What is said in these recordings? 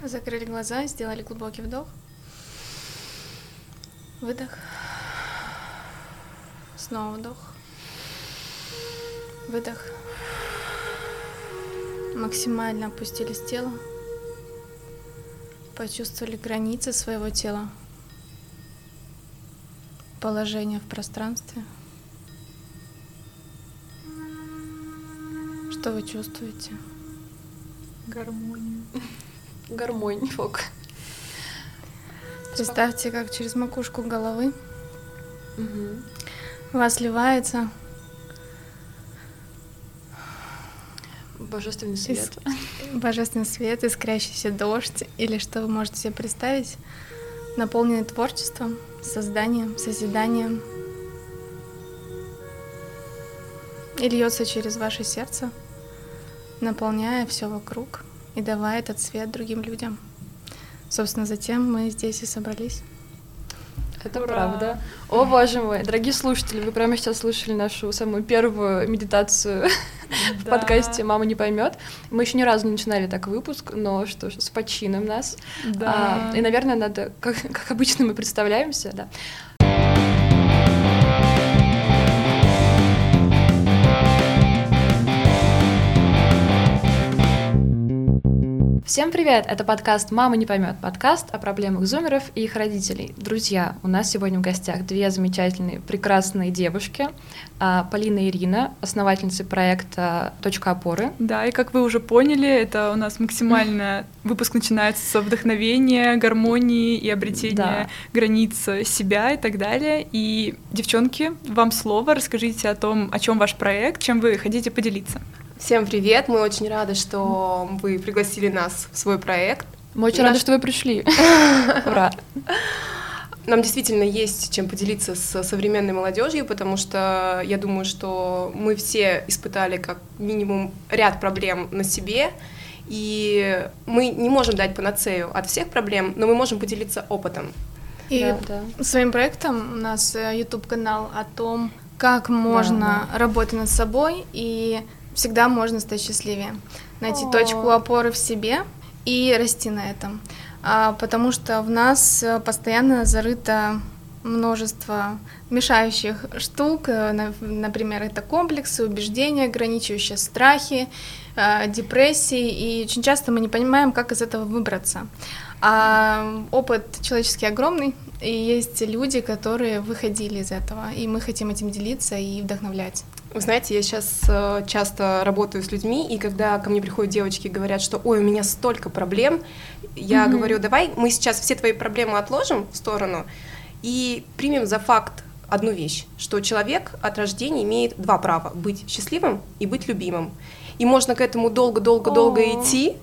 Закрыли глаза, сделали глубокий вдох, выдох, снова вдох, выдох. Максимально опустились тело, почувствовали границы своего тела, положение в пространстве. Что вы чувствуете? Гармонию. Гармонь, фок. Представьте, как через макушку головы у вас сливается Божественный свет. Божественный свет, искрящийся дождь, или что вы можете себе представить, наполненный творчеством, созданием, созиданием, и льется через ваше сердце, наполняя все вокруг и давая этот свет другим людям. Собственно, затем мы здесь и собрались. Это правда. О, боже мой, дорогие слушатели, вы прямо сейчас слушали нашу самую первую медитацию в подкасте «Мама не поймет». Мы еще ни разу не начинали так выпуск, но что ж, с почином нас. Да. И, наверное, надо, как обычно мы представляемся, да. Всем привет! Это подкаст «Мама не поймет», подкаст о проблемах зумеров и их родителей. Друзья, у нас сегодня в гостях две замечательные, прекрасные девушки. Полина и Ирина, основательницы проекта «Точка опоры». Да, и как вы уже поняли, это у нас максимально выпуск начинается со вдохновения, гармонии и обретения границ себя и так далее. И, девчонки, вам слово, расскажите о том, о чем ваш проект, чем вы хотите поделиться. Всем привет! Мы очень рады, что вы пригласили нас в свой проект. Мы очень рады, что вы пришли. Ура! Нам действительно есть чем поделиться с современной молодежью, потому что я думаю, что мы все испытали как минимум ряд проблем на себе, и мы не можем дать панацею от всех проблем, но мы можем поделиться опытом. И своим проектом у нас YouTube-канал о том, как можно работать над собой и всегда можно стать счастливее, найти точку опоры в себе и расти на этом, потому что в нас постоянно зарыто множество мешающих штук, например, это комплексы, убеждения, ограничивающие страхи, депрессии, и очень часто мы не понимаем, как из этого выбраться. А опыт человеческий огромный, и есть люди, которые выходили из этого, и мы хотим этим делиться и вдохновлять. Вы знаете, я сейчас часто работаю с людьми, и когда ко мне приходят девочки и говорят, что «Ой, у меня столько проблем», я говорю: давай мы сейчас все твои проблемы отложим в сторону и примем за факт одну вещь, что человек от рождения имеет два права — быть счастливым и быть любимым. И можно к этому долго-долго-долго идти,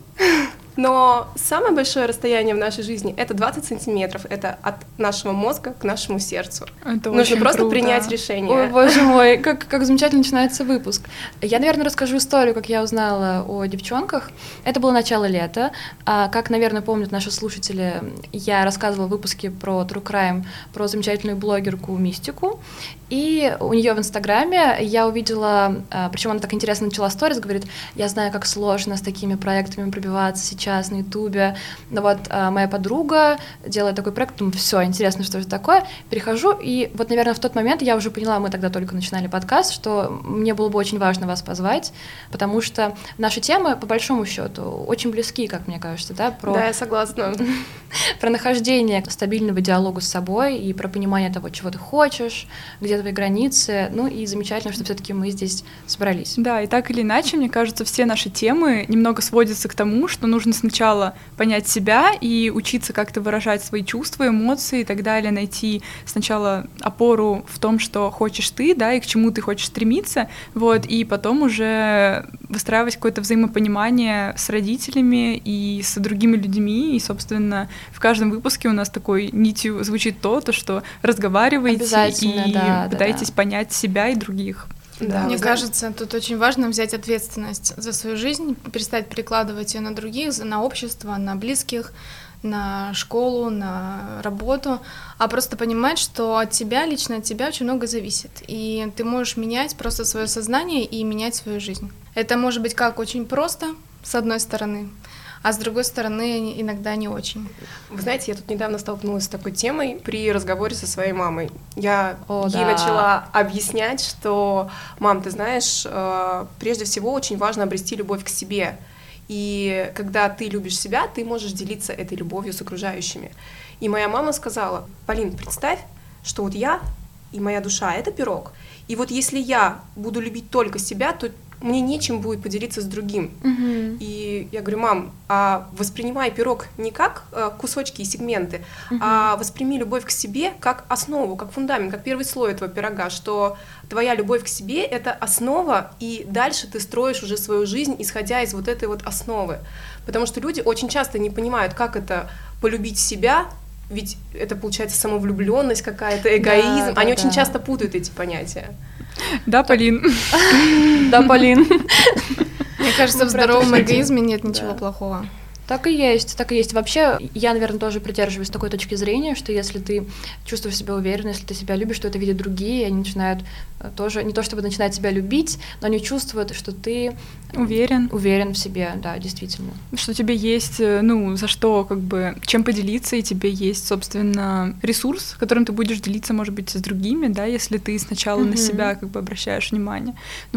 но самое большое расстояние в нашей жизни — это 20 сантиметров, это от нашего мозга к нашему сердцу. Это нужно просто круто. принять решение. Ой, боже мой, как замечательно начинается выпуск. Я, наверное, расскажу историю, как я узнала о девчонках. Это было начало лета. Как, наверное, помнят наши слушатели, я рассказывала в выпуске про True Crime, про замечательную блогерку Мистику. И у нее в Инстаграме я увидела, причем она так интересно начала сторис, говорит: я знаю, как сложно с такими проектами пробиваться сейчас на Ютубе, но вот моя подруга делает такой проект, думаю, все, интересно, что же такое, перехожу, и вот, наверное, в тот момент я уже поняла, мы тогда только начинали подкаст, что мне было бы очень важно вас позвать, потому что наши темы, по большому счету, очень близки, как мне кажется, да, Да, я согласна. Про нахождение стабильного диалога с собой и про понимание того, чего ты хочешь, где твои границы, ну и замечательно, что все-таки мы здесь собрались. Да, и так или иначе, мне кажется, все наши темы немного сводятся к тому, что нужно сначала понять себя и учиться как-то выражать свои чувства, эмоции и так далее, найти сначала опору в том, что хочешь ты, да, и к чему ты хочешь стремиться, вот, и потом уже выстраивать какое-то взаимопонимание с родителями и с другими людьми, и, собственно, в каждом выпуске у нас такой нитью звучит то, что разговариваете и пытаетесь понять себя и других. Да, мне кажется, тут очень важно взять ответственность за свою жизнь, перестать перекладывать ее на других, на общество, на близких, на школу, на работу, а просто понимать, что от тебя, лично от тебя очень много зависит, и ты можешь менять просто свое сознание и менять свою жизнь. Это может быть как очень просто, с одной стороны, а с другой стороны иногда не очень. Вы знаете, я тут недавно столкнулась с такой темой при разговоре со своей мамой. Я ей начала объяснять, что, мам, ты знаешь, прежде всего очень важно обрести любовь к себе. И когда ты любишь себя, ты можешь делиться этой любовью с окружающими. И моя мама сказала: Полин, представь, что вот я и моя душа — это пирог. И вот если я буду любить только себя, то мне нечем будет поделиться с другим. И я говорю: мам, а воспринимай пирог не как кусочки и сегменты, а восприми любовь к себе как основу, как фундамент, как первый слой этого пирога, что твоя любовь к себе — это основа, и дальше ты строишь уже свою жизнь, исходя из вот этой вот основы. Потому что люди очень часто не понимают, как это полюбить себя, ведь это получается самовлюбленность какая-то, эгоизм. Они очень часто путают эти понятия. Да, Полин. Да, Полин. Мне кажется, в здоровом эгоизме нет ничего плохого. Так и есть, так и есть. Вообще, я, наверное, тоже придерживаюсь такой точки зрения, что если ты чувствуешь себя уверенно, если ты себя любишь, то это видят другие, и они начинают тоже, не то чтобы начинать себя любить, но они чувствуют, что ты уверен в себе, да, действительно. Что тебе есть, за что, чем поделиться, и тебе есть, собственно, ресурс, которым ты будешь делиться, может быть, с другими, да, если ты сначала на себя обращаешь внимание.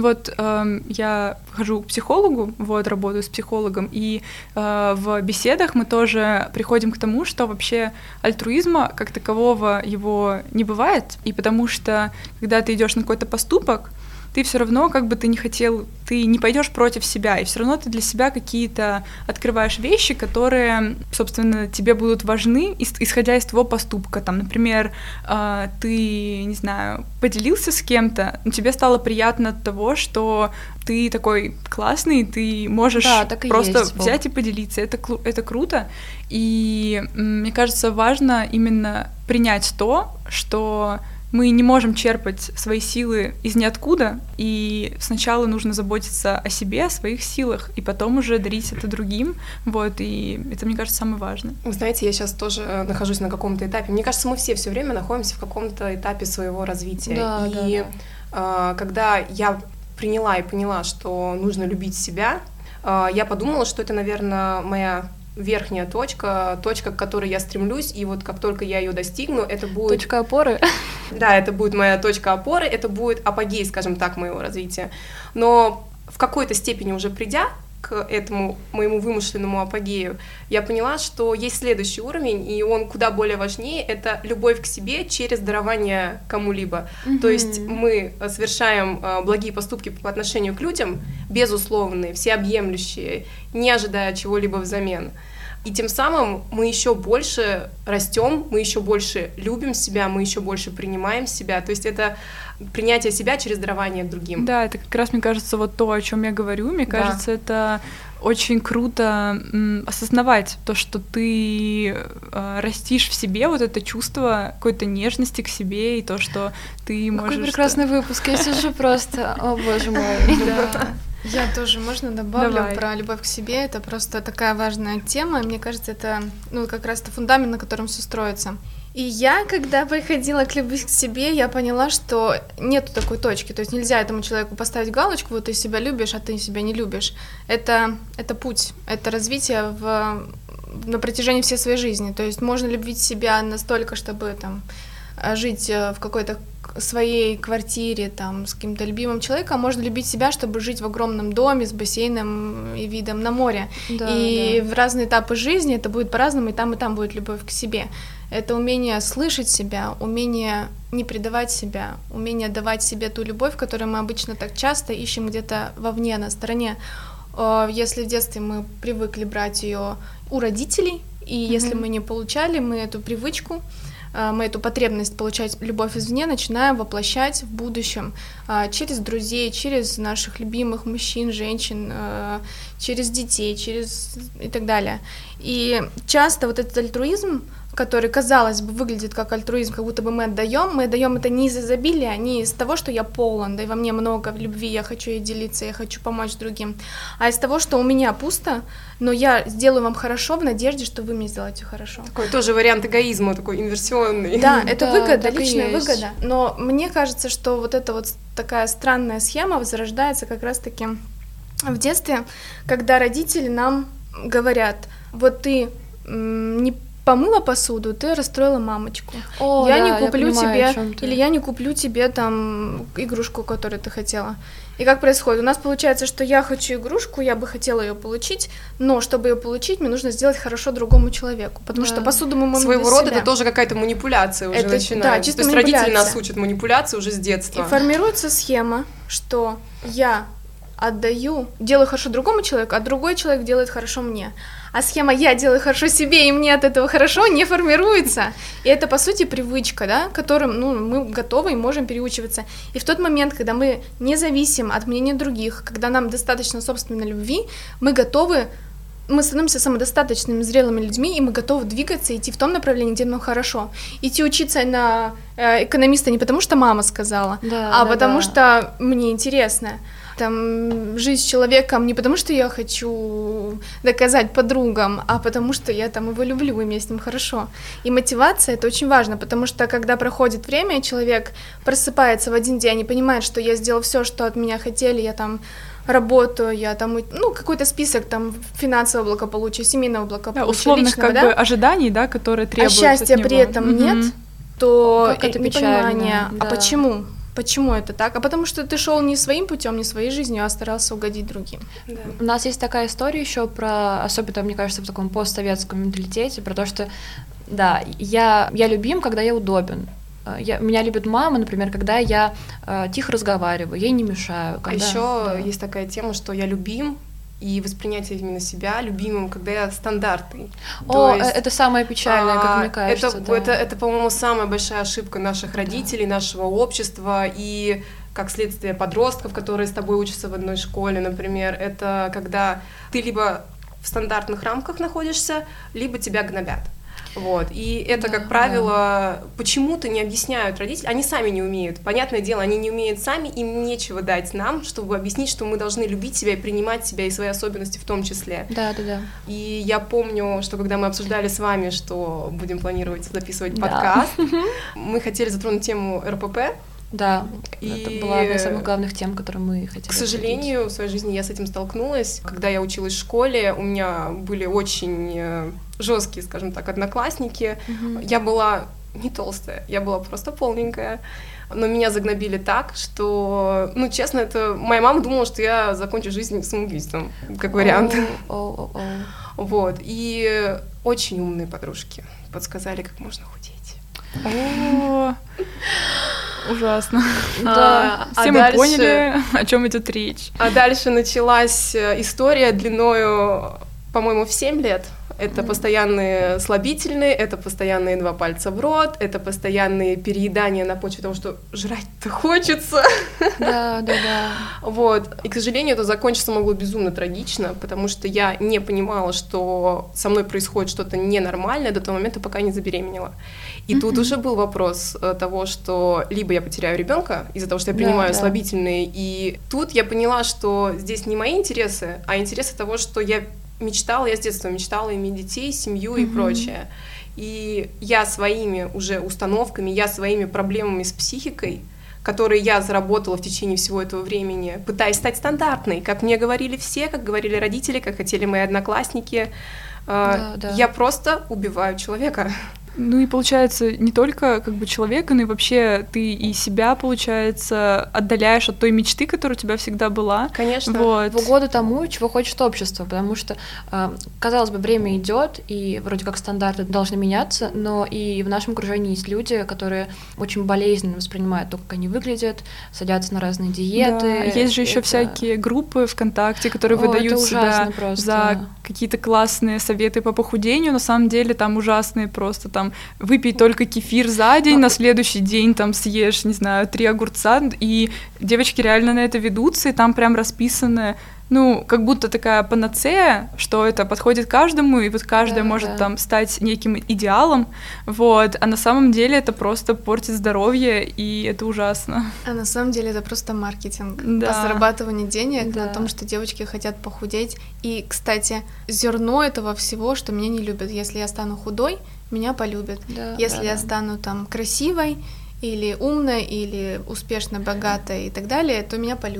Я хожу к психологу, работаю с психологом, и в беседах мы тоже приходим к тому, что вообще альтруизма как такового его не бывает, и потому что, когда ты идешь на какой-то поступок, ты все равно, как бы ты ни хотел, ты не пойдешь против себя, и все равно ты для себя какие-то открываешь вещи, которые, собственно, тебе будут важны, исходя из твоего поступка. Там, например, ты, не знаю, поделился с кем-то, но тебе стало приятно от того, что ты такой классный, ты можешь просто взять и поделиться. Это круто. И мне кажется, важно именно принять то, что мы не можем черпать свои силы из ниоткуда, и сначала нужно заботиться о себе, о своих силах, и потом уже дарить это другим, и это, мне кажется, самое важное. Вы знаете, я сейчас тоже нахожусь на каком-то этапе. Мне кажется, мы все время находимся в каком-то этапе своего развития. Когда я приняла и поняла, что нужно любить себя, я подумала, что это, наверное, моя верхняя точка, к которой я стремлюсь, и вот как только я ее достигну, это будет... Точка опоры? Да, это будет моя точка опоры, это будет апогей, скажем так, моего развития. Но в какой-то степени уже придя к этому моему вымышленному апогею, я поняла, что есть следующий уровень, и он куда более важнее, это любовь к себе через дарование кому-либо. То есть мы совершаем благие поступки по отношению к людям, безусловные, всеобъемлющие, не ожидая чего-либо взамен. И тем самым мы еще больше растем, мы еще больше любим себя, мы еще больше принимаем себя. То есть это принятие себя через дарование к другим. Да, это как раз, мне кажется, вот то, о чем я говорю. Мне кажется, это очень круто осознавать то, что ты растишь в себе вот это чувство какой-то нежности к себе, и то, что ты можешь... Какой прекрасный выпуск, я сижу просто, о боже мой. Я тоже, можно добавлю про любовь к себе, это просто такая важная тема, мне кажется, это как раз это фундамент, на котором все строится. И я, когда приходила к любви к себе, я поняла, что нету такой точки, то есть нельзя этому человеку поставить галочку, вот ты себя любишь, а ты себя не любишь. Это путь, это развитие на протяжении всей своей жизни, то есть можно любить себя настолько, чтобы жить в какой-то своей квартире с каким-то любимым человеком, а можно любить себя, чтобы жить в огромном доме с бассейном и видом на море. В разные этапы жизни это будет по-разному, и там будет любовь к себе. Это умение слышать себя, умение не предавать себя, умение давать себе ту любовь, которую мы обычно так часто ищем где-то вовне, на стороне. Если в детстве мы привыкли брать ее у родителей, и если мы не получали, мы эту привычку, мы эту потребность получать любовь извне начинаем воплощать в будущем через друзей, через наших любимых мужчин, женщин, через детей, и так далее. И часто вот этот альтруизм, который, казалось бы, выглядит как альтруизм, как будто бы мы отдаем это не из изобилия, не из того, что я полон, да и во мне много любви, я хочу ей делиться, я хочу помочь другим, а из того, что у меня пусто, но я сделаю вам хорошо в надежде, что вы мне сделаете хорошо. Такой тоже вариант эгоизма, такой инверсионный. Да, это выгода, личная выгода, но мне кажется, что вот эта вот такая странная схема возрождается как раз-таки в детстве, когда родители нам говорят, вот ты не помыла посуду, ты расстроила мамочку. Я не куплю тебе, или я не куплю тебе там игрушку, которую ты хотела. И как происходит? У нас получается, что я хочу игрушку, я бы хотела ее получить, но чтобы ее получить, мне нужно сделать хорошо другому человеку, потому что посуду мы мыем своего для рода себя. Это тоже какая-то манипуляция уже начинается. Да, чисто то есть манипуляция. родители нас учат манипуляции уже с детства. И формируется схема, что я делаю хорошо другому человеку, а другой человек делает хорошо мне. А схема «я делаю хорошо себе, и мне от этого хорошо» не формируется. И это, по сути, привычка, да, которым мы готовы и можем переучиваться. И в тот момент, когда мы не зависим от мнения других, когда нам достаточно собственной любви, мы становимся самодостаточными, зрелыми людьми, и мы готовы двигаться, идти в том направлении, где нам хорошо. Идти учиться на экономиста не потому, что мама сказала, потому что мне интересно. Там, жизнь с человеком не потому, что я хочу доказать подругам, а потому что я там его люблю, и мне с ним хорошо. И мотивация — это очень важно, потому что когда проходит время, человек просыпается в один день и понимает, что я сделал все, что от меня хотели, я там работаю, я там, какой-то список там финансового благополучия, семейного благополучия, условных личного, ожиданий, которые требуются а счастья от него. при этом нет, то как это печально. Непонимание, а почему? Почему это так? А потому что ты шел не своим путем, не своей жизнью, а старался угодить другим. Да. У нас есть такая история еще про, особенно, мне кажется, в таком постсоветском менталитете, про то, что, я любим, когда я удобен. Меня любит мама, например, когда я тихо разговариваю, я ей не мешаю. Еще есть такая тема, что я любим, и воспринятие именно себя любимым, когда я стандартный. Это самое печальное, как мне кажется. Это, по-моему, самая большая ошибка наших родителей, нашего общества и, как следствие, подростков, которые с тобой учатся в одной школе, например. Это когда ты либо в стандартных рамках находишься, либо тебя гнобят. И это, как правило, почему-то не объясняют родители, они сами не умеют. Понятное дело, они не умеют сами, им нечего дать нам, чтобы объяснить, что мы должны любить себя и принимать себя и свои особенности в том числе. Да. И я помню, что когда мы обсуждали с вами, что будем планировать записывать подкаст, мы хотели затронуть тему РПП. Да, это была одна из самых главных тем, которые мы хотели. К сожалению, в своей жизни я с этим столкнулась. Когда я училась в школе, у меня были очень жесткие, скажем так, одноклассники. Я была не толстая, я была просто полненькая. Но меня загнобили так, что, честно, моя мама думала, что я закончу жизнь самоубийством, как вариант. И очень умные подружки подсказали, как можно худеть. Ужасно. Да. Все мы поняли, о чем идет речь. А дальше началась история длиною, по-моему, в 7 лет. Это постоянные слабительные, это постоянные 2 пальца в рот, это постоянные переедания на почве того, что жрать-то хочется. Да. И, к сожалению, это закончиться могло безумно трагично, потому что я не понимала, что со мной происходит что-то ненормальное до того момента, пока не забеременела. И тут уже был вопрос того, что либо я потеряю ребенка из-за того, что я принимаю слабительные, и тут я поняла, что здесь не мои интересы, а интересы того, что я с детства мечтала иметь детей, семью и прочее. И я своими уже установками, я своими проблемами с психикой, которые я заработала в течение всего этого времени, пытаясь стать стандартной, как мне говорили все, как говорили родители, как хотели мои одноклассники, я просто убиваю человека. И получается, не только человека, но и вообще ты и себя, получается, отдаляешь от той мечты, которая у тебя всегда была. Конечно. В угоду тому, чего хочет общество, потому что, казалось бы, время идет, и вроде как стандарты должны меняться, но и в нашем окружении есть люди, которые очень болезненно воспринимают то, как они выглядят, садятся на разные диеты. Да, есть же еще всякие группы ВКонтакте, которые выдают себя за какие-то классные советы по похудению, на самом деле там ужасные просто, выпей только кефир за день, на следующий день съешь, 3 огурца, и девочки реально на это ведутся, и там прям расписаны, как будто такая панацея, что это подходит каждому, и каждый может стать неким идеалом, а на самом деле это просто портит здоровье, и это ужасно. А на самом деле это просто маркетинг по зарабатыванию денег на том, что девочки хотят похудеть. И, кстати, зерно этого всего, что меня не любят. Если я стану худой, меня полюбят. Если я стану красивой, или умной, или успешно, богатой и так далее, то меня полюбят.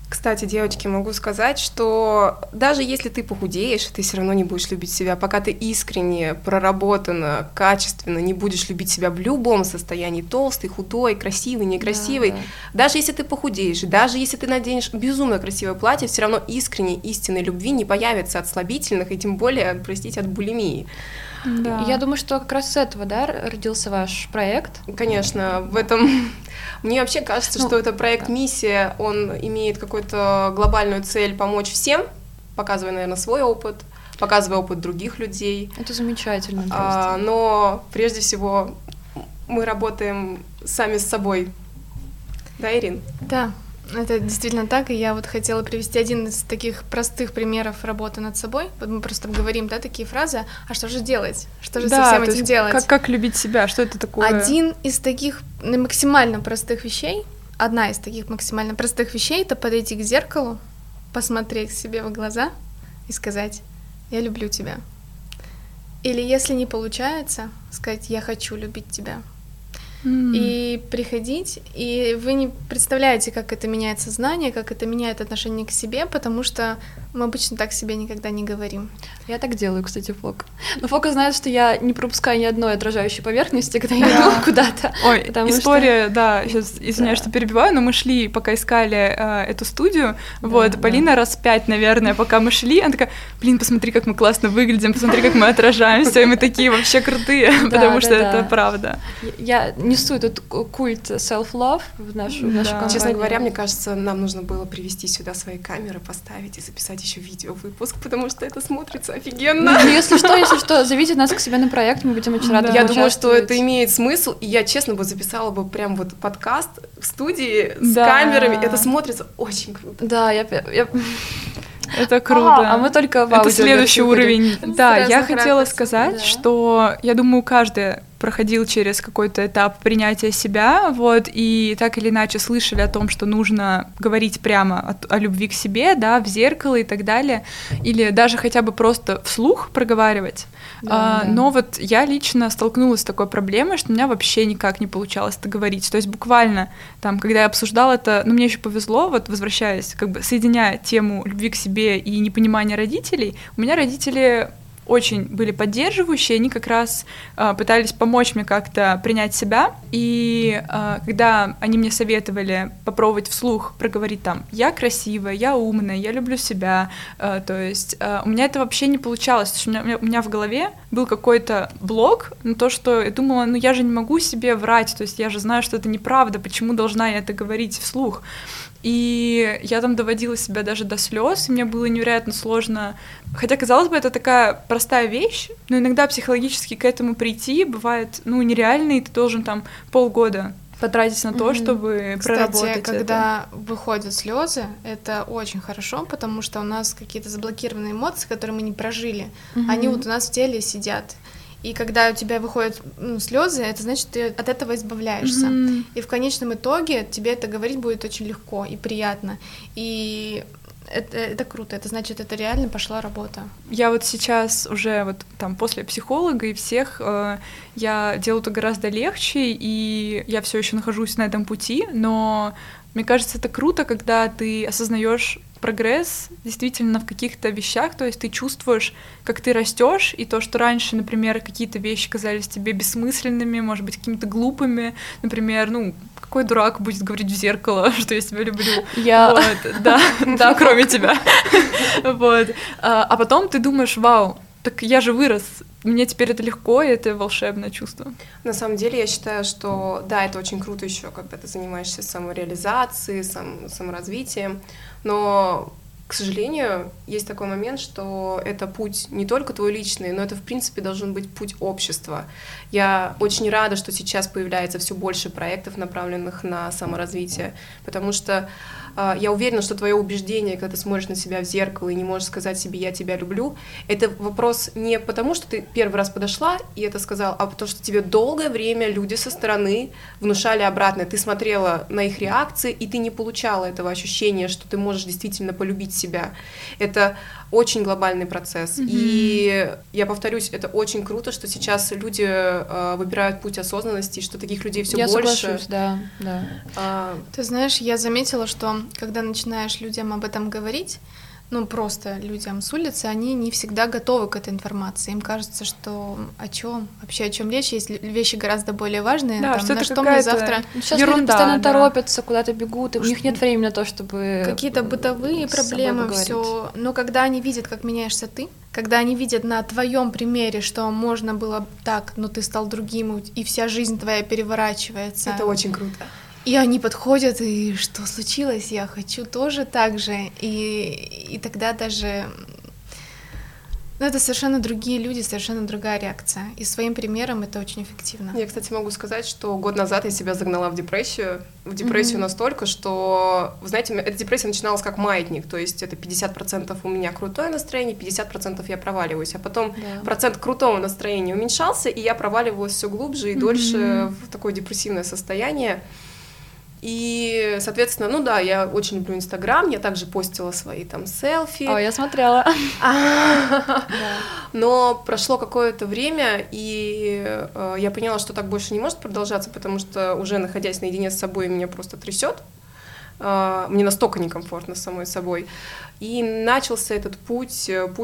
Кстати, девочки, могу сказать, что даже если ты похудеешь, ты все равно не будешь любить себя, пока ты искренне, проработанно, качественно не будешь любить себя в любом состоянии, толстый, худой, красивый, некрасивый. Да. Даже если ты похудеешь, даже если ты наденешь безумно красивое платье, все равно искренней, истинной любви не появится от слабительных и тем более, простите, от булимии. Да. Я думаю, что как раз с этого, да, родился ваш проект. Конечно, в этом... Мне вообще кажется, что это проект-миссия, он имеет какую-то глобальную цель помочь всем, показывая, наверное, свой опыт, показывая опыт других людей. Это замечательно просто. Но прежде всего мы работаем сами с собой. Да, Ирин? Да. Это действительно так, и я вот хотела привести один из таких простых примеров работы над собой. Вот мы просто говорим, да, такие фразы, а что же делать? Что же со всем этим делать? Как любить себя? Что это такое? Один из таких максимально простых вещей, одна из таких максимально простых вещей — это подойти к зеркалу, посмотреть себе в глаза и сказать: «Я люблю тебя». Или, если не получается, сказать: «Я хочу любить тебя». И приходить, и вы не представляете, как это меняет сознание, как это меняет отношение к себе, потому что мы обычно так себе никогда не говорим. Я так делаю, кстати, Фока. Но Фока знает, что я не пропускаю ни одной отражающей поверхности, когда я иду куда-то. Ой, история, да, сейчас извиняюсь, что перебиваю, но мы шли, пока искали эту студию, Полина раз 5, наверное, пока мы шли, она такая: блин, посмотри, как мы классно выглядим, посмотри, как мы отражаемся, и мы такие вообще крутые, потому что это правда. Я несу этот культ self-love в нашу компанию. Честно говоря, мне кажется, нам нужно было привезти сюда свои камеры, поставить и записать еще видео-выпуск, потому что это смотрится офигенно. Ну, если что, зовите нас к себе на проект, мы будем очень рады. Я думаю, что это имеет смысл, и я, честно, бы записала бы прям вот подкаст в студии с камерами, это смотрится очень круто. Да, это круто. А мы только в аудио. Это следующий уровень. Да, я хотела сказать, что я думаю, каждый проходил через какой-то этап принятия себя, и так или иначе слышали о том, что нужно говорить прямо о любви к себе, да, в зеркало и так далее, или даже хотя бы просто вслух проговаривать. Но вот я лично столкнулась с такой проблемой, что у меня вообще никак не получалось это говорить. То есть буквально там, когда я обсуждала это, мне еще повезло, возвращаясь, соединяя тему любви к себе и непонимания родителей, у меня родители очень были поддерживающие, они как раз пытались помочь мне как-то принять себя, и когда они мне советовали попробовать вслух проговорить там: я красивая, я умная, я люблю себя, то есть у меня это вообще не получалось, потому что у меня в голове был какой-то блок на то, что я думала: я же не могу себе врать, то есть я же знаю, что это неправда, почему должна я это говорить вслух? И я там доводила себя даже до слез, и мне было невероятно сложно. Хотя, казалось бы, это такая простая вещь, но иногда психологически к этому прийти бывает, нереально, и ты должен там полгода потратить на то, чтобы проработать это. Кстати, когда выходят слезы, это очень хорошо, потому что у нас какие-то заблокированные эмоции, которые мы не прожили, они вот у нас в теле сидят. И когда у тебя выходят слезы, это значит, ты от этого избавляешься. И в конечном итоге тебе это говорить будет очень легко и приятно. И это круто, это значит, это реально пошла работа. Я вот сейчас уже после психолога и всех я делаю это гораздо легче, и я все еще нахожусь на этом пути, но мне кажется, это круто, когда ты осознаешь прогресс действительно в каких-то вещах, то есть ты чувствуешь, как ты растешь, и то, что раньше, например, какие-то вещи казались тебе бессмысленными, может быть, какими-то глупыми, например, какой дурак будет говорить в зеркало, что я тебя люблю. Да, кроме тебя. А потом ты думаешь: вау, так я же вырос, мне теперь это легко, и это волшебное чувство. На самом деле, я считаю, что да, это очень круто еще, когда ты занимаешься самореализацией, саморазвитием, но, к сожалению, есть такой момент, что это путь не только твой личный, но это, в принципе, должен быть путь общества. Я очень рада, что сейчас появляется все больше проектов, направленных на саморазвитие, потому что я уверена, что твое убеждение, когда ты смотришь на себя в зеркало и не можешь сказать себе «я тебя люблю», это вопрос не потому, что ты первый раз подошла и это сказала, а потому что тебе долгое время люди со стороны внушали обратное. Ты смотрела на их реакции, и ты не получала этого ощущения, что ты можешь действительно полюбить себя. Это очень глобальный процесс. И я повторюсь, это очень круто, что сейчас люди выбирают путь осознанности, что таких людей все больше. Я соглашусь, да. Ты знаешь, я заметила, что когда начинаешь людям об этом говорить, просто людям с улицы, они не всегда готовы к этой информации. Им кажется, что о чем речь, есть вещи гораздо более важные, да, на что мы завтра... Сейчас люди постоянно торопятся, куда-то бегут, и у них нет времени на то, чтобы... Какие-то бытовые проблемы, все. Но когда они видят, как меняешься ты, когда они видят на твоем примере, что можно было так, но ты стал другим, и вся жизнь твоя переворачивается. Это очень круто. И они подходят, и что случилось? Я хочу тоже так же. И тогда даже... это совершенно другие люди, совершенно другая реакция. И своим примером это очень эффективно. Я, кстати, могу сказать, что год назад я себя загнала в депрессию. Настолько, что, вы знаете, эта депрессия начиналась как маятник. То есть это 50% у меня крутое настроение, 50% я проваливаюсь. А потом процент крутого настроения уменьшался, и я проваливалась все глубже и дольше в такое депрессивное состояние. И, соответственно, я очень люблю Инстаграм, я также постила свои там селфи. Я смотрела. Но прошло какое-то время, и я поняла, что так больше не может продолжаться, потому что уже находясь наедине с собой, меня просто трясет. Мне настолько некомфортно с самой собой. И начался этот путь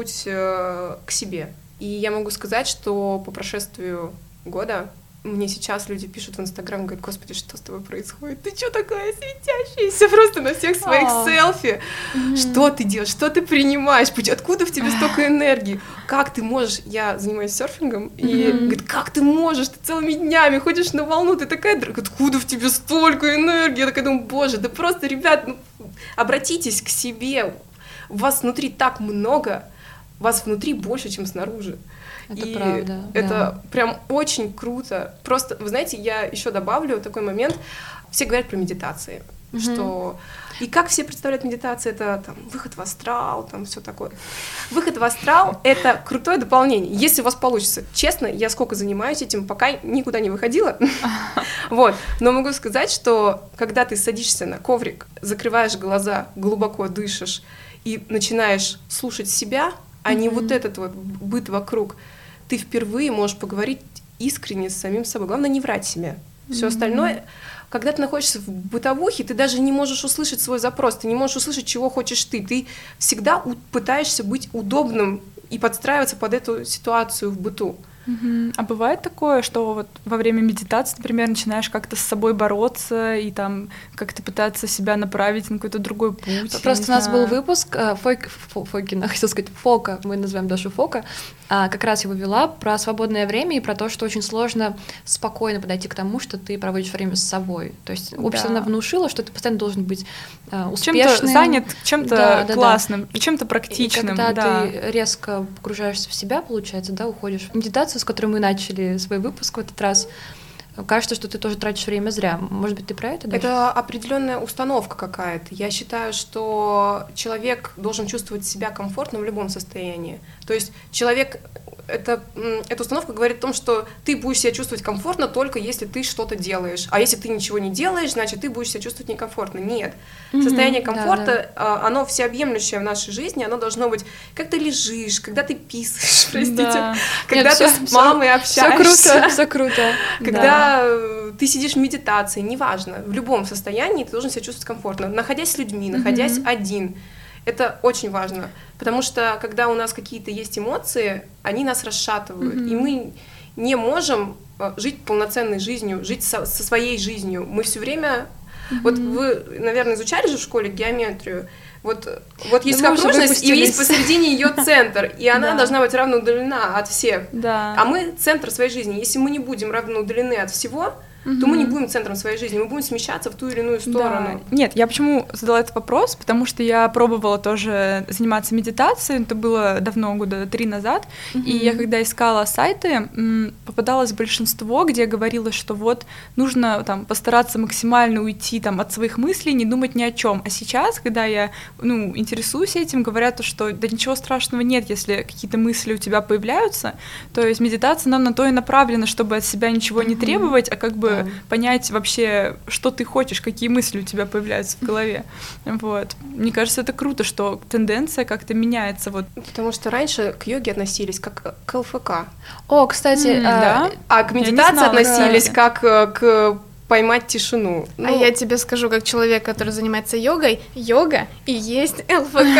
к себе. И я могу сказать, что по прошествию года мне сейчас люди пишут в Инстаграм, говорят: «Господи, что с тобой происходит? Ты что такая светящаяся просто на всех своих селфи? Что ты делаешь? Что ты принимаешь? Откуда в тебе столько энергии? Как ты можешь?» Я занимаюсь серфингом, и говорит: «Как ты можешь? Ты целыми днями ходишь на волну, ты такая... Откуда в тебе столько энергии?» Я такая думаю: боже, да просто, ребят, обратитесь к себе. Вас внутри так много, вас внутри больше, чем снаружи. Это правда. Это прям очень круто. Просто, вы знаете, я еще добавлю такой момент. Все говорят про медитации, что... И как все представляют медитацию, это там выход в астрал, там все такое. Выход в астрал — это крутое дополнение, если у вас получится. Честно, я сколько занимаюсь этим, пока никуда не выходила. Вот. Но могу сказать, что когда ты садишься на коврик, закрываешь глаза, глубоко дышишь и начинаешь слушать себя, а не вот этот вот быт вокруг, ты впервые можешь поговорить искренне с самим собой. Главное, не врать себе. Все остальное, когда ты находишься в бытовухе, ты даже не можешь услышать свой запрос, ты не можешь услышать, чего хочешь ты. Ты всегда пытаешься быть удобным и подстраиваться под эту ситуацию в быту. А бывает такое, что вот во время медитации, например, начинаешь как-то с собой бороться и там как-то пытаться себя направить на какой-то другой путь? Просто у нас был выпуск Фокина, хотела сказать, Фока, мы называем Дашу Фока, как раз его вела про свободное время и про то, что очень сложно спокойно подойти к тому, что ты проводишь время с собой. То есть общество внушило, что ты постоянно должен быть успешным. Чем-то занят, чем-то классным, и чем-то практичным. И когда ты резко погружаешься в себя, получается, уходишь в медитацию, с которой мы начали свой выпуск в этот раз, кажется, что ты тоже тратишь время зря. Может быть, ты про это, Даша? Это определенная установка какая-то. Я считаю, что человек должен чувствовать себя комфортно в любом состоянии. То есть человек... Эта установка говорит о том, что ты будешь себя чувствовать комфортно только если ты что-то делаешь. А если ты ничего не делаешь, значит, ты будешь себя чувствовать некомфортно. Нет. Состояние комфорта, оно всеобъемлющее в нашей жизни, оно должно быть, как ты лежишь, когда ты писаешь, простите, когда ты с мамой общаешься. Все круто. Когда ты сидишь в медитации, неважно, в любом состоянии ты должен себя чувствовать комфортно, находясь с людьми, находясь один. Это очень важно, потому что когда у нас какие-то есть эмоции, они нас расшатывают, и мы не можем жить полноценной жизнью, жить со своей жизнью. Мы все время... Вот вы, наверное, изучали же в школе геометрию. Вот есть окружность, и есть посередине ее центр, и она должна быть равно удалена от всех. А мы центр своей жизни. Если мы не будем равно удалены от всего, то мы не будем центром своей жизни, мы будем смещаться в ту или иную сторону. Да. Нет, я почему задала этот вопрос, потому что я пробовала тоже заниматься медитацией, это было давно, года 3 назад, и я когда искала сайты, попадалось большинство, где говорилось, что вот нужно там постараться максимально уйти там от своих мыслей, не думать ни о чем. А сейчас, когда я интересуюсь этим, говорят, что да ничего страшного нет, если какие-то мысли у тебя появляются, то есть медитация нам на то и направлена, чтобы от себя ничего не требовать, а как бы чтобы понять вообще, что ты хочешь, какие мысли у тебя появляются в голове. Вот. Мне кажется, это круто, что тенденция как-то меняется. Вот. Потому что раньше к йоге относились как к ЛФК. О, кстати, да? А к медитации относились как к поймать тишину. А я тебе скажу, как человек, который занимается йогой, йога и есть ЛФК.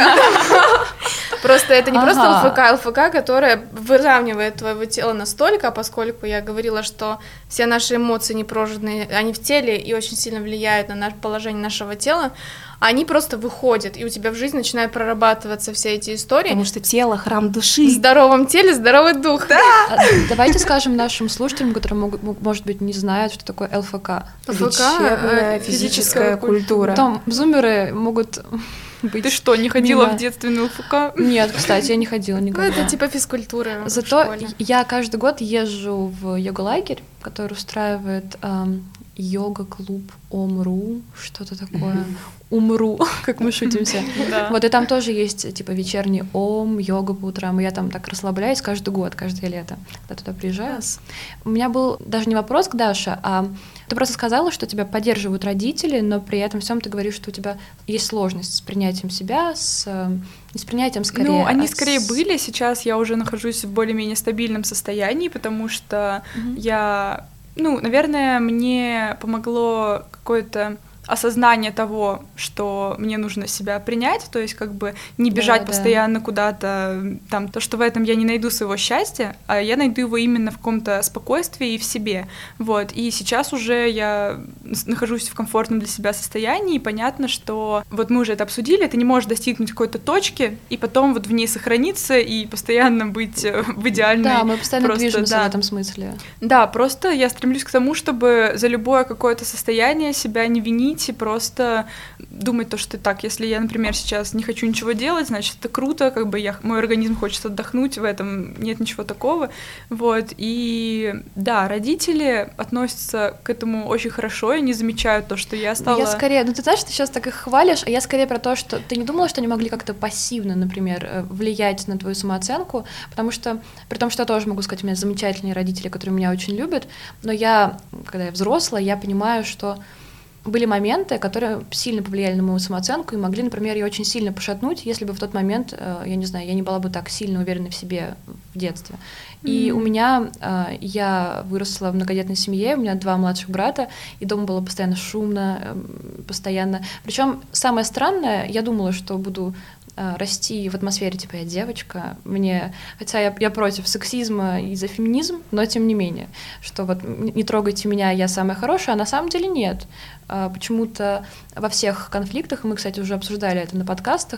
Просто это не просто ЛФК, которая выравнивает твоего тела настолько, поскольку я говорила, что все наши эмоции непрожитые, они в теле и очень сильно влияют на положение нашего тела, они просто выходят, и у тебя в жизни начинают прорабатываться все эти истории. Потому что тело — храм души. В здоровом теле здоровый дух. Да. Давайте скажем нашим слушателям, которые, может быть, не знают, что такое ЛФК. Лечебная физическая культура. Там зумеры могут быть... Ты что, не ходила в детстве на ЛФК? Нет, кстати, я не ходила никогда. Это типа физкультуры. Зато я каждый год езжу в йога-лагерь, который устраивает йога-клуб Омру, что-то такое. Умру, как мы шутимся. Вот, и там тоже есть, типа, вечерний ом, йога по утрам, и я там так расслабляюсь каждый год, каждое лето, когда туда приезжаю. У меня был даже не вопрос к Даше, а ты просто сказала, что тебя поддерживают родители, но при этом всем ты говоришь, что у тебя есть сложность с принятием себя, не с принятием скорее. Ну, они скорее были, сейчас я уже нахожусь в более-менее стабильном состоянии, потому что я... Ну, наверное, мне помогло какое-то осознание того, что мне нужно себя принять, то есть как бы не бежать постоянно куда-то, там, то, что в этом я не найду своего счастья, а я найду его именно в каком-то спокойствии и в себе, вот, и сейчас уже я нахожусь в комфортном для себя состоянии, и понятно, что вот мы уже это обсудили, ты не можешь достигнуть какой-то точки, и потом вот в ней сохраниться и постоянно быть в идеальной... Да, мы постоянно движемся в этом смысле. Да, просто я стремлюсь к тому, чтобы за любое какое-то состояние себя не винить, и просто думать то, что так, если я, например, сейчас не хочу ничего делать, значит, это круто, как бы мой организм хочет отдохнуть, в этом нет ничего такого, вот, и да, родители относятся к этому очень хорошо, и не замечают то, что я стала... Я скорее, ты знаешь, ты сейчас так их хвалишь, а я скорее про то, что ты не думала, что они могли как-то пассивно, например, влиять на твою самооценку, потому что, при том, что я тоже могу сказать, у меня замечательные родители, которые меня очень любят, но когда я взрослая, я понимаю, что были моменты, которые сильно повлияли на мою самооценку и могли, например, ее очень сильно пошатнуть, если бы в тот момент, я не знаю, я не была бы так сильно уверена в себе в детстве. И у меня, я выросла в многодетной семье, у меня 2 младших брата, и дома было постоянно шумно, постоянно. Причем самое странное, я думала, что буду расти в атмосфере, типа, я девочка, хотя я против сексизма и за феминизм, но тем не менее, что вот не трогайте меня, я самая хорошая, а на самом деле нет. Почему-то во всех конфликтах, мы, кстати, уже обсуждали это на подкасте,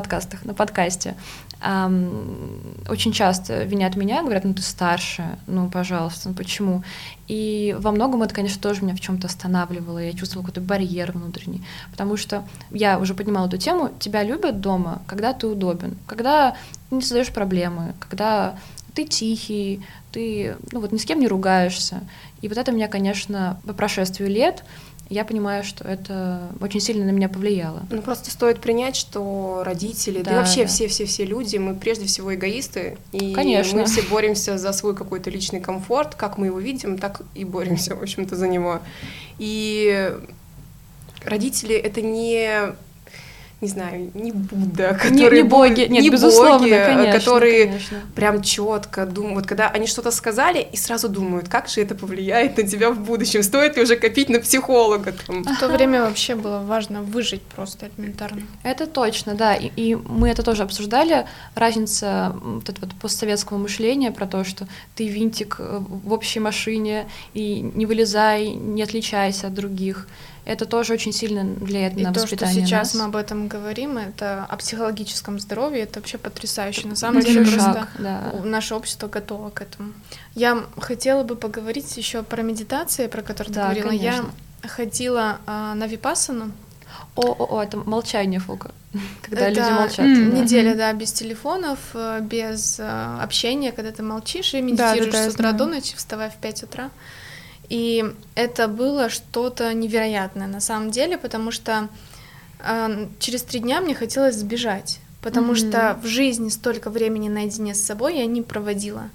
очень часто винят меня, говорят, ну ты старше, ну пожалуйста, ну почему? И во многом это, конечно, тоже меня в чем-то останавливало, я чувствовала какой-то барьер внутренний, потому что я уже поднимала эту тему, тебя любят дома, когда ты удобен, когда не создаешь проблемы, когда ты тихий, ты ни с кем не ругаешься. И вот это меня, конечно, по прошествию лет я понимаю, что это очень сильно на меня повлияло. Ну, просто стоит принять, что родители, да и вообще все люди, мы прежде всего эгоисты, и конечно. Мы все боремся за свой какой-то личный комфорт, как мы его видим, так и боремся, в общем-то, за него. И родители — это не знаю, не Будда, которые не боги, нет, безусловно, конечно, которые конечно. Прям четко думают, когда они что-то сказали, и сразу думают, как же это повлияет на тебя в будущем, стоит ли уже копить на психолога. Там. В то время вообще было важно выжить просто элементарно. Это точно, да, и мы это тоже обсуждали, разница вот этого постсоветского мышления про то, что ты винтик в общей машине, и не вылезай, не отличайся от других. Это тоже очень сильно влияет на воспитание. И то, что сейчас мы об этом говорим, это о психологическом здоровье, это вообще потрясающе. На самом деле просто наше общество готово к этому. Я хотела бы поговорить еще про медитации, про которые ты говорила. Конечно. Я ходила на випассану. Это молчание, Фока, когда это люди молчат. Неделя, без телефонов, без общения, когда ты молчишь и медитируешь с утра до ночи, вставая в 5 утра. И это было что-то невероятное на самом деле, потому что через 3 дня мне хотелось сбежать, потому что в жизни столько времени наедине с собой я не проводила.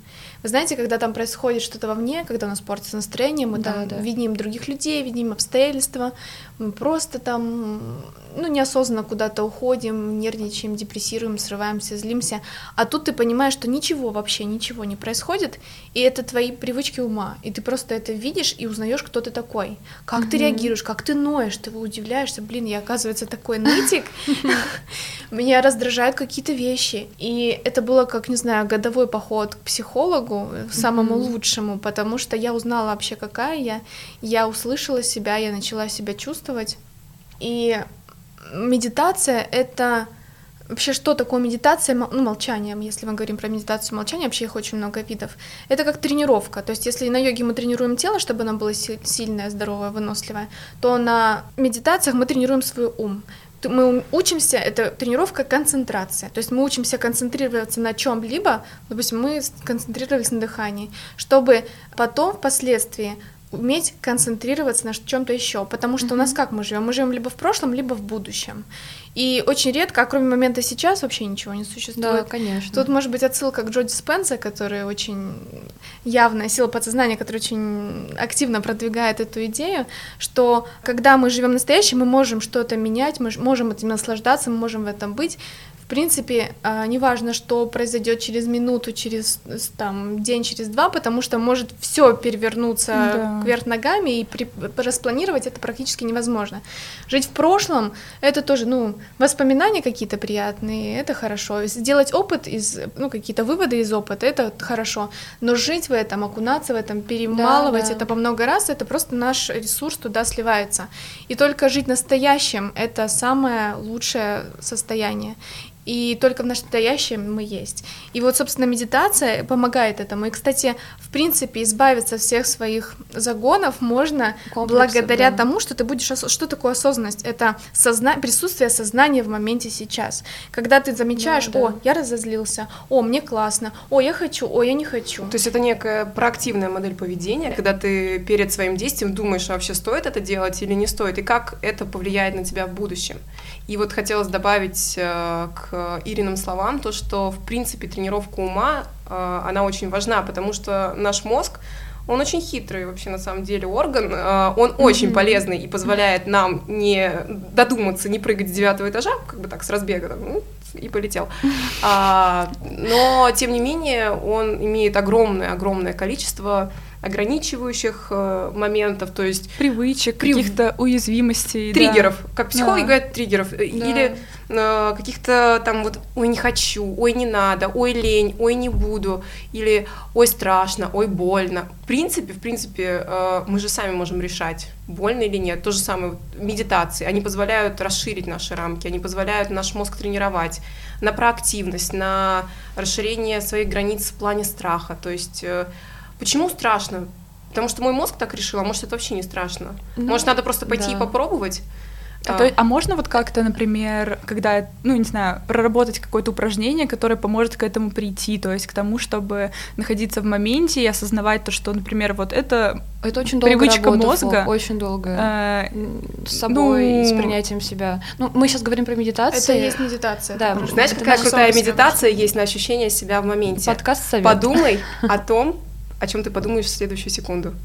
знаете, когда там происходит что-то вовне, когда у нас портится настроение, мы там видим других людей, видим обстоятельства, мы просто там, неосознанно куда-то уходим, нервничаем, депрессируем, срываемся, злимся, а тут ты понимаешь, что вообще ничего не происходит, и это твои привычки ума, и ты просто это видишь и узнаешь, кто ты такой, как ты реагируешь, как ты ноешь, ты удивляешься, я, оказывается, такой нытик, меня раздражают какие-то вещи, и это было, как, не знаю, годовой поход к психологу, самому лучшему, потому что я узнала вообще, какая я услышала себя, я начала себя чувствовать, и медитация — это... Вообще, что такое медитация? Молчание, если мы говорим про медитацию молчания, вообще их очень много видов. Это как тренировка. То есть, если на йоге мы тренируем тело, чтобы оно было сильное, здоровое, выносливое, то на медитациях мы тренируем свой ум. Мы учимся, это тренировка концентрация. То есть мы учимся концентрироваться на чем-либо, допустим, мы концентрировались на дыхании, чтобы потом, впоследствии, уметь концентрироваться на чем-то еще, потому что у нас как мы живем? Мы живем либо в прошлом, либо в будущем. И очень редко, кроме момента сейчас, вообще ничего не существует. Да, конечно. Тут может быть отсылка к Джо Диспенза, который очень явная сила подсознания, который очень активно продвигает эту идею, что когда мы живем настоящим, мы можем что-то менять, мы можем этим наслаждаться, мы можем в этом быть. В принципе, неважно, что произойдет через минуту, через день, через два, потому что может все перевернуться кверх ногами, и распланировать это практически невозможно. Жить в прошлом — это тоже, воспоминания какие-то приятные, это хорошо. Сделать опыт какие-то выводы из опыта — это хорошо. Но жить в этом, окунаться в этом, перемалывать это по много раз — это просто наш ресурс туда сливается. И только жить настоящим — это самое лучшее состояние. И только в настоящем мы есть. И вот, собственно, медитация помогает этому. И, кстати, в принципе, избавиться от всех своих загонов можно благодаря тому, что ты будешь... Что такое осознанность? Это присутствие сознания в моменте сейчас. Когда ты замечаешь, я разозлился, мне классно, я хочу, я не хочу. То есть это некая проактивная модель поведения, когда ты перед своим действием думаешь, вообще стоит это делать или не стоит, и как это повлияет на тебя в будущем. И вот хотелось добавить к Ириным словам то, что, в принципе, тренировка ума, она очень важна, потому что наш мозг, он очень хитрый вообще на самом деле орган, он очень полезный и позволяет нам не додуматься, не прыгать с 9-го этажа, как бы так, с разбега, и полетел. Но, тем не менее, он имеет огромное количество ограничивающих моментов, то есть привычек, каких-то уязвимостей, триггеров, как психологи говорят, триггеров, или каких-то там ой, не хочу, ой, не надо, ой, лень, ой, не буду, или ой, страшно, ой, больно. В принципе, мы же сами можем решать, больно или нет. То же самое медитации, они позволяют расширить наши рамки, они позволяют наш мозг тренировать на проактивность, на расширение своих границ в плане страха, то есть... Почему страшно? Потому что мой мозг так решил, а может, это вообще не страшно. Может, надо просто пойти и попробовать. А можно как-то, например, когда, не знаю, проработать какое-то упражнение, которое поможет к этому прийти, то есть к тому, чтобы находиться в моменте и осознавать то, что, например, это очень привычка мозга. Очень долго. С собой и с принятием себя. Мы сейчас говорим про медитацию. Это есть медитация. Да. Знаешь, какая крутая медитация есть на ощущение себя в моменте? Подкаст совет. Подумай о том, о чем ты подумаешь в следующую секунду.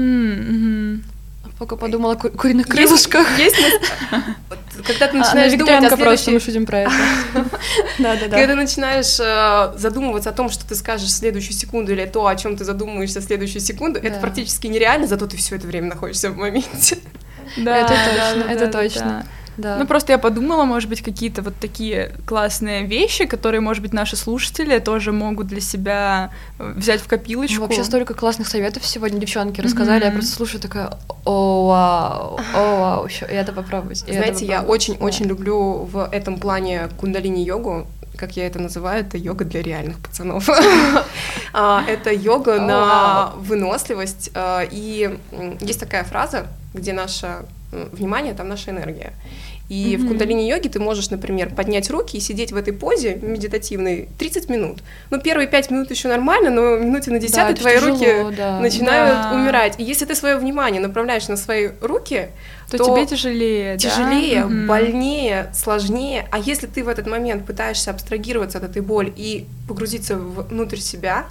Пока подумала о куриных крылышках. Когда ты начинаешь думать о просто мы шутим про это. Когда ты начинаешь задумываться о том, что ты скажешь в следующую секунду, или то, о чем ты задумаешься в следующую секунду, это практически нереально, зато ты все это время находишься в моменте. Да, это точно. Да. Просто я подумала, может быть, какие-то такие классные вещи, которые, может быть, наши слушатели тоже могут для себя взять в копилочку. Вообще столько классных советов сегодня девчонки рассказали, я просто слушаю такая, о, вау, и это попробовать. Знаете, я очень люблю в этом плане кундалини-йогу, как я это называю, это йога для реальных пацанов. Это йога на выносливость, и есть такая фраза, где наше внимание, там наша энергия. И в кундалини-йоге ты можешь, например, поднять руки и сидеть в этой позе медитативной 30 минут. Первые 5 минут еще нормально, но минуте на 10-й твои руки начинают умирать. И если ты свое внимание направляешь на свои руки, то тебе тяжелее, больнее, сложнее. А если ты в этот момент пытаешься абстрагироваться от этой боли и погрузиться внутрь себя,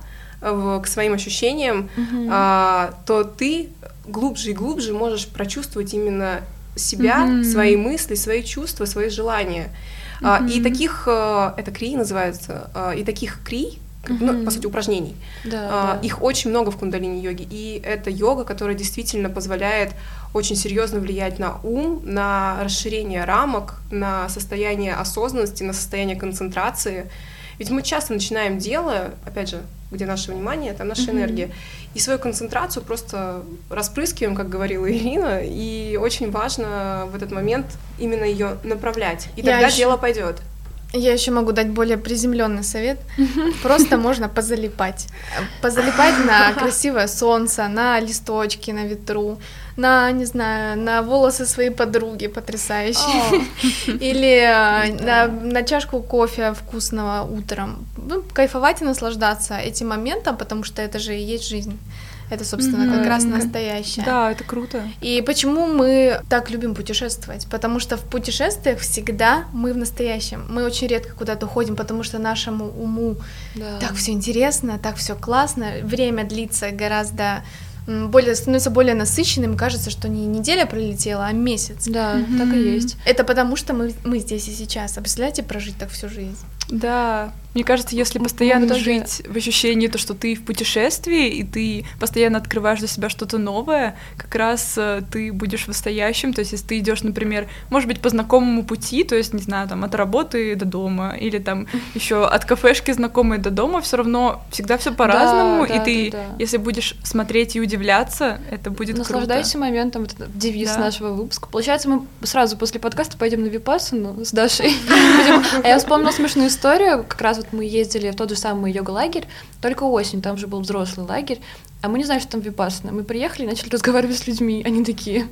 к своим ощущениям, то ты глубже и глубже можешь прочувствовать именно себя, свои мысли, свои чувства, свои желания. И таких, это крии называется, и таких крий, ну, по сути, упражнений, их очень много в кундалини-йоге, и это йога, которая действительно позволяет очень серьезно влиять на ум, на расширение рамок, на состояние осознанности, на состояние концентрации. Ведь мы часто начинаем дело, опять же, где наше внимание, там наша энергия, и свою концентрацию просто распрыскиваем, как говорила Ирина, и очень важно в этот момент именно ее направлять, и тогда дело пойдет. Я еще могу дать более приземленный совет. Просто можно позалипать. Позалипать на красивое солнце, на листочки на ветру, на, не знаю, на волосы своей подруги потрясающие. Или на чашку кофе вкусного утром. Ну, кайфовать и наслаждаться этим моментом, потому что это же и есть жизнь. Это, собственно, как раз настоящее. Да, это круто. И почему мы так любим путешествовать? Потому что в путешествиях всегда мы в настоящем. Мы очень редко куда-то ходим, потому что нашему уму так все интересно, так все классно. Время длится гораздо становится более насыщенным, кажется, что не неделя пролетела, а месяц. Да, так и есть. Это потому что мы здесь и сейчас. А представляете, прожить так всю жизнь? Да, мне кажется, если постоянно жить в ощущении, то, что ты в путешествии, и ты постоянно открываешь для себя что-то новое, как раз ты будешь в настоящем. То есть, если ты идешь, например, может быть, по знакомому пути, то есть, не знаю, там, от работы до дома, или там еще от кафешки знакомой до дома, все равно всегда все по-разному, и ты, если будешь смотреть и удивляться, это будет круто. Наслаждайся моментом, это девиз нашего выпуска. Получается, мы сразу после подкаста пойдем на випассану с Дашей. А я вспомнила смешную историю, как раз вот мы ездили в тот же самый йога-лагерь, только осень, там же был взрослый лагерь, а мы не знали, что там випассана. Мы приехали и начали разговаривать с людьми, они такие...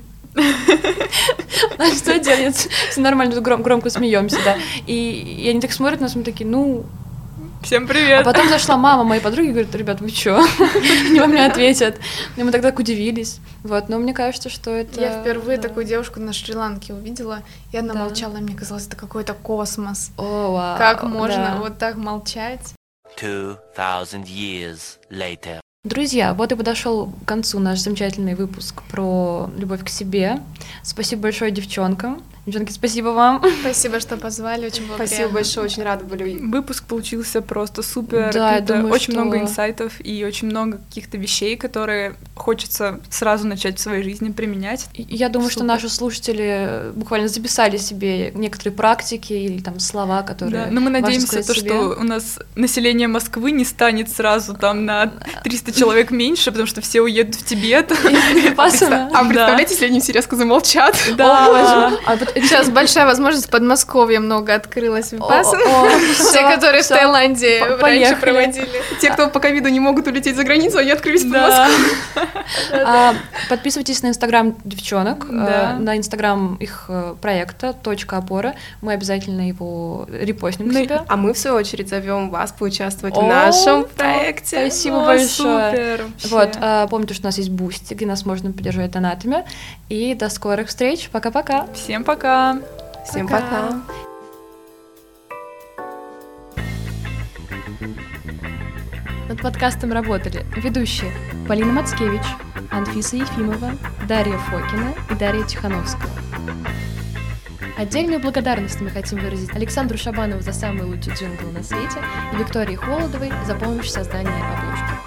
А что делать? Все нормально, громко смеемся, да. И они так смотрят на нас, мы такие, ну... Всем привет! А потом зашла мама моей подруги и говорит: ребят, вы чё? Они вам не ответят. И мы тогда так удивились. Вот, но мне кажется, что это... Я впервые такую девушку на Шри-Ланке увидела, и она молчала, и мне казалось, это какой-то космос. О, вау. Как можно вот так молчать? 2000 years later. Друзья, вот и подошел к концу наш замечательный выпуск про любовь к себе. Спасибо большое девчонкам. Девчонки, спасибо вам. Спасибо, что позвали, очень было Спасибо приятно. большое, очень рада были. Выпуск получился просто супер. Да, я думаю, очень много инсайтов и очень много каких-то вещей, которые хочется сразу начать в своей жизни применять. Я думаю, что наши слушатели буквально записали себе некоторые практики или там слова, которые... Да, но мы надеемся, что у нас население Москвы не станет сразу там на 300 человек меньше, потому что все уедут в Тибет. А представляете, если они все резко замолчат? Да. Сейчас большая возможность в Подмосковье много открылось випассаны. Те, которые в Таиланде раньше проводили. Те, кто по ковиду не могут улететь за границу, они открылись в Подмосковье. Подписывайтесь на инстаграм девчонок, на инстаграм их проекта .опора. Мы обязательно его репостнем к себе. А мы, в свою очередь, зовем вас поучаствовать в нашем проекте. Спасибо большое. Вот, помните, что у нас есть Бусти, где нас можно поддержать донатами. И до скорых встреч. Пока-пока. Всем пока. Всем пока. Над подкастом работали ведущие Полина Мацкевич, Анфиса Ефимова, Дарья Фокина и Дарья Тихановская. Отдельную благодарность мы хотим выразить Александру Шабанову за самый лучший джингл на свете и Виктории Холодовой за помощь в создании обложки.